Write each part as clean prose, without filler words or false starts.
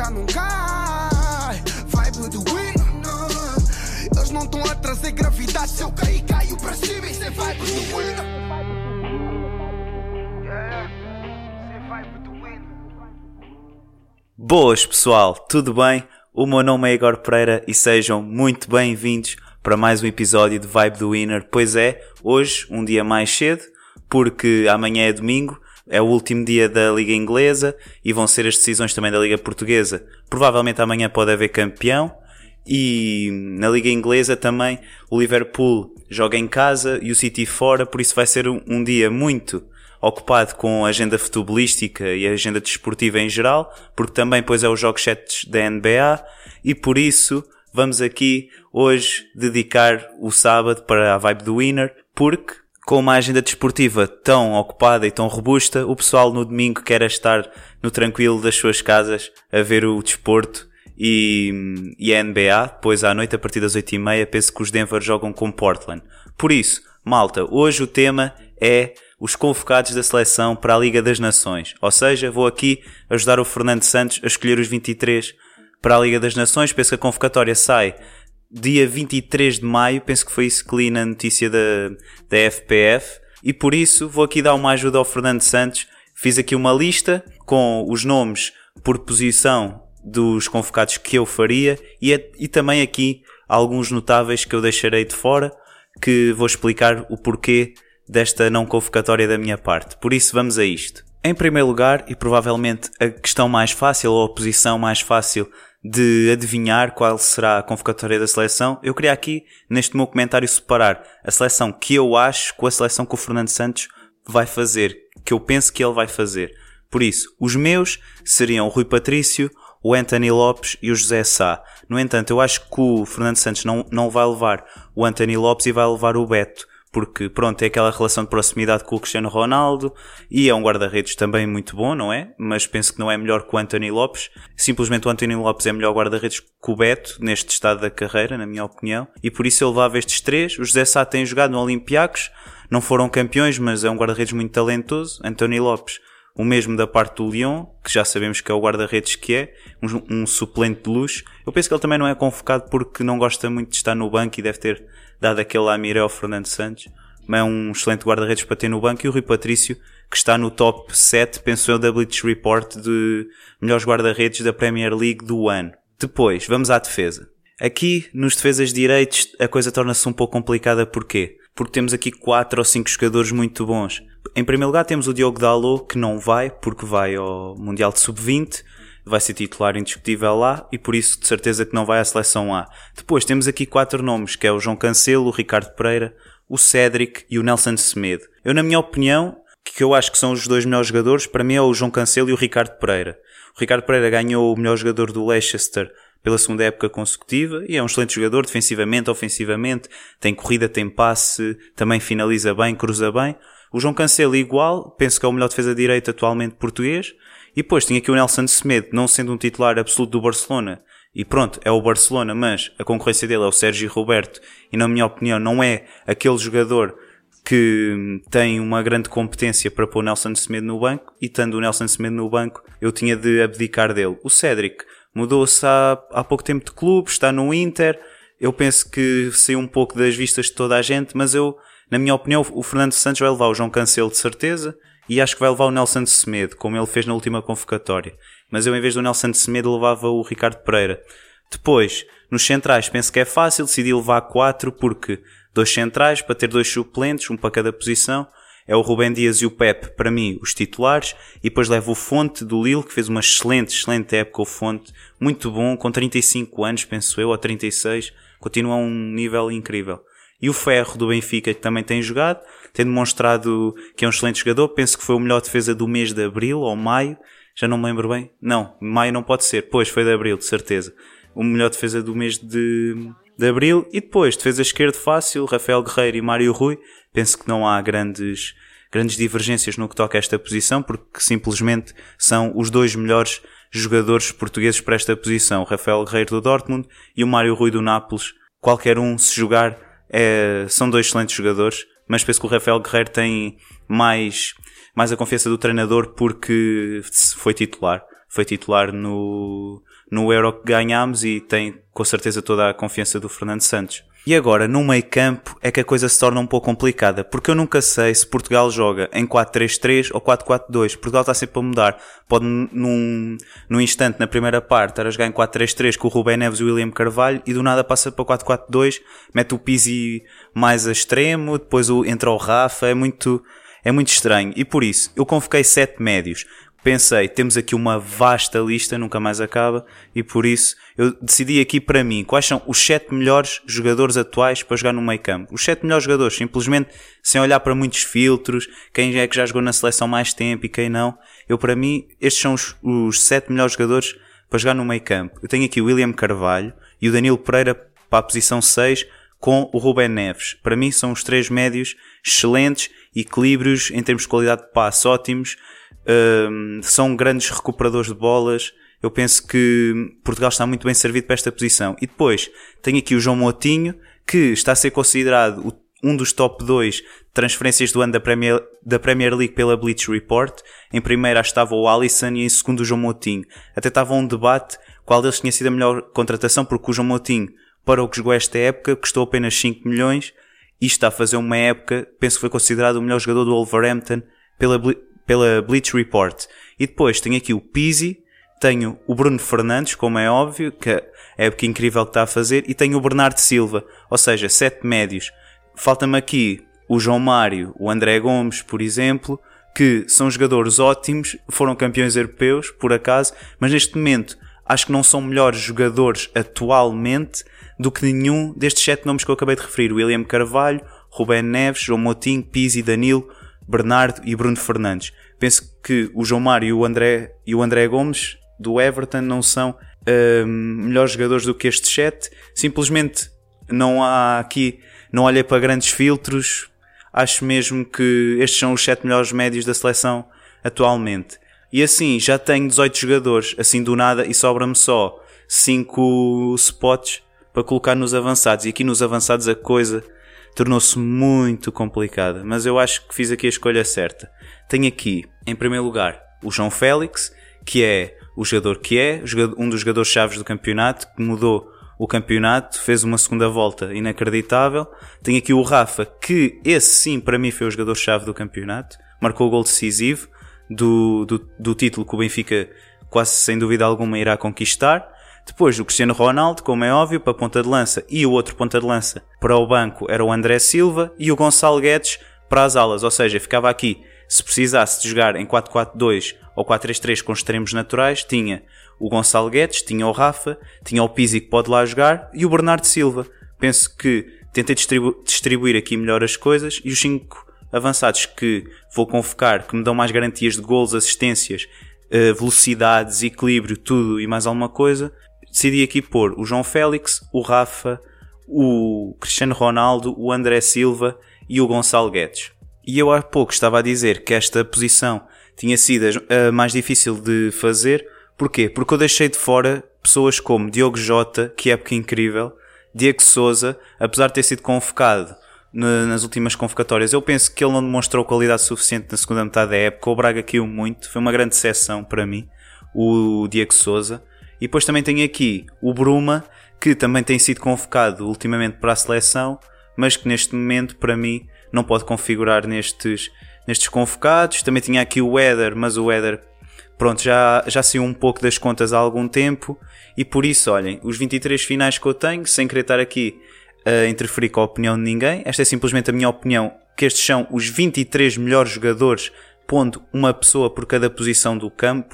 já não cai. Vibe do winner. Eles não estão a trazer gravidade. Se eu cair, caio para cima. Isso é vibe do winner. Boas pessoal, tudo bem? O meu nome é Igor Pereira e sejam muito bem-vindos para mais um episódio de Vibe do Winner. Pois é, hoje um dia mais cedo, porque amanhã é domingo, é o último dia da Liga Inglesa e vão ser as decisões também da Liga Portuguesa. Provavelmente amanhã pode haver campeão e na Liga Inglesa também o Liverpool joga em casa e o City fora, por isso vai ser um dia muito ocupado com a agenda futebolística e a agenda desportiva em geral, porque também pois é os jogos 7 da NBA e por isso vamos aqui hoje dedicar o sábado para a Vibe do Winner, porque com uma agenda desportiva tão ocupada e tão robusta, o pessoal no domingo quer estar no tranquilo das suas casas a ver o desporto e a NBA, depois à noite a partir das 8h30 penso que os Denver jogam com Portland. Por isso, malta, hoje o tema é os convocados da seleção para a Liga das Nações. Ou seja, vou aqui ajudar o Fernando Santos a escolher os 23 para a Liga das Nações. Penso que a convocatória sai dia 23 de maio. Penso que foi isso que li na notícia da FPF. E por isso vou aqui dar uma ajuda ao Fernando Santos. Fiz aqui uma lista com os nomes por posição dos convocados que eu faria e também aqui alguns notáveis que eu deixarei de fora, que vou explicar o porquê desta não convocatória da minha parte. Por isso vamos a isto. Em primeiro lugar, e provavelmente a questão mais fácil ou a posição mais fácil de adivinhar qual será a convocatória da seleção, eu queria aqui neste meu comentário separar a seleção que eu acho com a seleção que o Fernando Santos vai fazer, que eu penso que ele vai fazer. Por isso, os meus seriam o Rui Patrício, o Anthony Lopes e o José Sá. No entanto, eu acho que o Fernando Santos não vai levar o Anthony Lopes e vai levar o Beto, porque pronto, é aquela relação de proximidade com o Cristiano Ronaldo e é um guarda-redes também muito bom, não é? Mas penso que não é melhor que o Anthony Lopes. Simplesmente o Anthony Lopes é melhor guarda-redes que o Beto neste estado da carreira, na minha opinião, e por isso eu levava estes três. O José Sá tem jogado no Olympiacos, não foram campeões, mas é um guarda-redes muito talentoso. Anthony Lopes, o mesmo da parte do Lyon, que já sabemos que é o guarda-redes que é, um suplente de luxo. Eu penso que ele também não é convocado porque não gosta muito de estar no banco e deve ter dado aquele amiré ao Fernando Santos, mas é um excelente guarda-redes para ter no banco. E o Rui Patrício, que está no top 7, penso eu, da Bleach Report de melhores guarda-redes da Premier League do ano. Depois, vamos à defesa. Aqui, nos defesas direitos, a coisa torna-se um pouco complicada. Porquê? Porque temos aqui 4 ou 5 jogadores muito bons. Em primeiro lugar temos o Diogo Dalot, que não vai, porque vai ao Mundial de Sub-20, vai ser titular indiscutível lá, e por isso de certeza que não vai à seleção A. Depois temos aqui 4 nomes, que é o João Cancelo, o Ricardo Pereira, o Cédric e o Nelson Semedo. Eu, na minha opinião, que eu acho que são os 2 melhores jogadores, para mim é o João Cancelo e o Ricardo Pereira. O Ricardo Pereira ganhou o melhor jogador do Leicester pela segunda época consecutiva e é um excelente jogador, defensivamente, ofensivamente, tem corrida, tem passe, também finaliza bem, cruza bem. O João Cancelo igual, penso que é o melhor defesa de direita atualmente português. E depois tinha aqui o Nelson Semedo, não sendo um titular absoluto do Barcelona, e pronto, é o Barcelona, mas a concorrência dele é o Sérgio Roberto, e na minha opinião não é aquele jogador que tem uma grande competência para pôr o Nelson Semedo no banco, e estando o Nelson Semedo no banco, eu tinha de abdicar dele. O Cédric mudou-se há pouco tempo de clube, está no Inter, eu penso que saiu um pouco das vistas de toda a gente, mas eu, na minha opinião, o Fernando Santos vai levar o João Cancelo de certeza, e acho que vai levar o Nelson Semedo, como ele fez na última convocatória. Mas eu, em vez do Nelson Semedo, levava o Ricardo Pereira. Depois, nos centrais, penso que é fácil, decidi levar 4, porque 2 centrais, para ter 2 suplentes, um para cada posição. É o Rubem Dias e o Pepe, para mim, os titulares. E depois levo o Fonte, do Lille, que fez uma excelente época, o Fonte. Muito bom, com 35 anos, penso eu, ou 36. Continua a um nível incrível. E o Ferro, do Benfica, que também tem jogado, tem demonstrado que é um excelente jogador. Penso que foi o melhor defesa do mês de abril ou maio, já não me lembro bem. Não, maio não pode ser, pois foi de abril, de certeza. O melhor defesa do mês de abril. E depois, defesa esquerda fácil, Rafael Guerreiro e Mário Rui. Penso que não há grandes divergências no que toca a esta posição, porque simplesmente são os 2 melhores jogadores portugueses para esta posição. O Rafael Guerreiro do Dortmund e o Mário Rui do Nápoles. Qualquer um, se jogar, são 2 excelentes jogadores, mas penso que o Rafael Guerreiro tem mais a confiança do treinador porque foi titular. foi titular no Euro que ganhámos e tem com certeza toda a confiança do Fernando Santos. E agora, no meio campo, é que a coisa se torna um pouco complicada, porque eu nunca sei se Portugal joga em 4-3-3 ou 4-4-2. Portugal está sempre a mudar. Pode, num instante, na primeira parte, estar a jogar em 4-3-3 com o Rubén Neves e o William Carvalho, e do nada passa para 4-4-2, mete o Pizzi mais a extremo, depois entra o Rafa, é muito estranho. E por isso, eu convoquei 7 médios. Pensei, temos aqui uma vasta lista, nunca mais acaba, e por isso eu decidi aqui para mim quais são os 7 melhores jogadores atuais para jogar no meio campo. Os 7 melhores jogadores, simplesmente sem olhar para muitos filtros, quem é que já jogou na seleção mais tempo e quem não. Para mim, estes são os 7 melhores jogadores para jogar no meio campo. Eu tenho aqui o William Carvalho e o Danilo Pereira para a posição 6 com o Rubén Neves. Para mim são os 3 médios excelentes, equilíbrios em termos de qualidade de passe ótimos. São grandes recuperadores de bolas. Eu penso que Portugal está muito bem servido para esta posição. E depois tenho aqui o João Moutinho, que está a ser considerado um dos top 2 de transferências do ano da Premier League pela Bleacher Report. Em primeiro acho que estava o Alisson e em segundo o João Moutinho. Até estava um debate qual deles tinha sido a melhor contratação, porque o João Moutinho, para o que jogou esta época, custou apenas 5 milhões e está a fazer uma época, penso que foi considerado o melhor jogador do Wolverhampton pela Bleacher Report. E depois tenho aqui o Pizzi, tenho o Bruno Fernandes, como é óbvio, que é a época incrível que está a fazer, e tenho o Bernardo Silva, ou seja, 7 médios. Falta-me aqui o João Mário, o André Gomes, por exemplo, que são jogadores ótimos, foram campeões europeus, por acaso, mas neste momento acho que não são melhores jogadores atualmente do que nenhum destes 7 nomes que eu acabei de referir. William Carvalho, Rubén Neves, João Moutinho, Pizzi, Danilo, Bernardo e Bruno Fernandes. Penso que o João Mário e o André Gomes do Everton não são melhores jogadores do que estes 7. Simplesmente não olhei para grandes filtros. Acho mesmo que estes são os 7 melhores médios da seleção atualmente. E assim, já tenho 18 jogadores, assim do nada, e sobra-me só 5 spots para colocar nos avançados. E aqui nos avançados a coisa tornou-se muito complicada, mas eu acho que fiz aqui a escolha certa. Tenho aqui, em primeiro lugar, o João Félix, que é o jogador que é, um dos jogadores-chave do campeonato, que mudou o campeonato, fez uma segunda volta inacreditável. Tenho aqui o Rafa, que esse sim para mim foi o jogador-chave do campeonato, marcou o gol decisivo do título que o Benfica quase sem dúvida alguma irá conquistar. Depois o Cristiano Ronaldo, como é óbvio, para a ponta de lança, e o outro ponta de lança para o banco era o André Silva, e o Gonçalo Guedes para as alas, ou seja, ficava aqui, se precisasse de jogar em 4-4-2 ou 4-3-3 com extremos naturais, tinha o Gonçalo Guedes, tinha o Rafa, tinha o Pizzi que pode lá jogar e o Bernardo Silva. Penso que tentei distribuir aqui melhor as coisas, e os 5 avançados que vou convocar, que me dão mais garantias de golos, assistências, velocidades, equilíbrio, tudo e mais alguma coisa, decidi aqui pôr o João Félix, o Rafa, o Cristiano Ronaldo, o André Silva e o Gonçalo Guedes. E eu há pouco estava a dizer que esta posição tinha sido a mais difícil de fazer. Porquê? Porque eu deixei de fora pessoas como Diogo Jota, que época incrível, Diego Sousa, apesar de ter sido convocado nas últimas convocatórias, eu penso que ele não demonstrou qualidade suficiente na segunda metade da época. O Braga caiu muito, foi uma grande decepção para mim, o Diego Sousa. E depois também tenho aqui o Bruma, que também tem sido convocado ultimamente para a seleção, mas que neste momento para mim não pode configurar nestes convocados. Também tinha aqui o Éder, mas o Éder pronto, já saiu um pouco das contas há algum tempo, e por isso, olhem, os 23 finais que eu tenho, sem querer estar aqui a interferir com a opinião de ninguém, esta é simplesmente a minha opinião, que estes são os 23 melhores jogadores, pondo uma pessoa por cada posição do campo,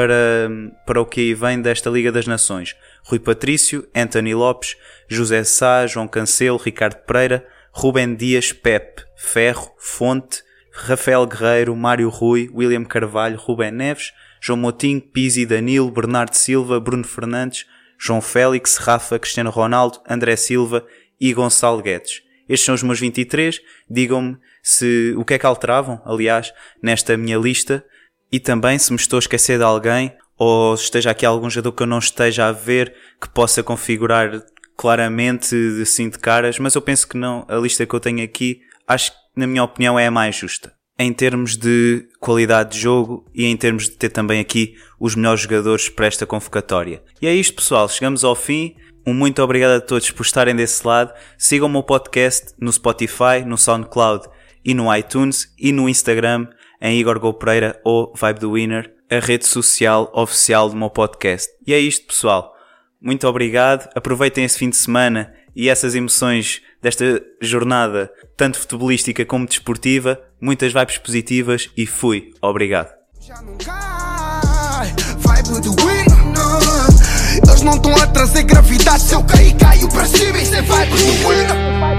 para o que aí vem desta Liga das Nações. Rui Patrício, Anthony Lopes, José Sá, João Cancelo, Ricardo Pereira, Rubem Dias, Pepe, Ferro, Fonte, Rafael Guerreiro, Mário Rui, William Carvalho, Rubén Neves, João Moutinho, Pizzi, Danilo, Bernardo Silva, Bruno Fernandes, João Félix, Rafa, Cristiano Ronaldo, André Silva e Gonçalo Guedes. Estes são os meus 23. Digam-me o que é que alteravam, aliás, nesta minha lista, e também se me estou a esquecer de alguém, ou se esteja aqui algum jogador que eu não esteja a ver, que possa configurar claramente assim de caras, mas eu penso que não. A lista que eu tenho aqui, acho que na minha opinião é a mais justa. em termos de qualidade de jogo e em termos de ter também aqui os melhores jogadores para esta convocatória. E é isto, pessoal, chegamos ao fim. Um muito obrigado a todos por estarem desse lado. Sigam o meu podcast no Spotify, no SoundCloud e no iTunes e no Instagram em Igor Go Pereira ou Vibe the Winner, a rede social oficial do meu podcast. E é isto, pessoal. Muito obrigado. Aproveitem esse fim de semana e essas emoções desta jornada, tanto futebolística como desportiva. Muitas vibes positivas e fui. Obrigado. Já não cai, vibe do winner. Eles não estão a trazer gravidade. Se eu cair, caio para cima. Isso é vibe do winner.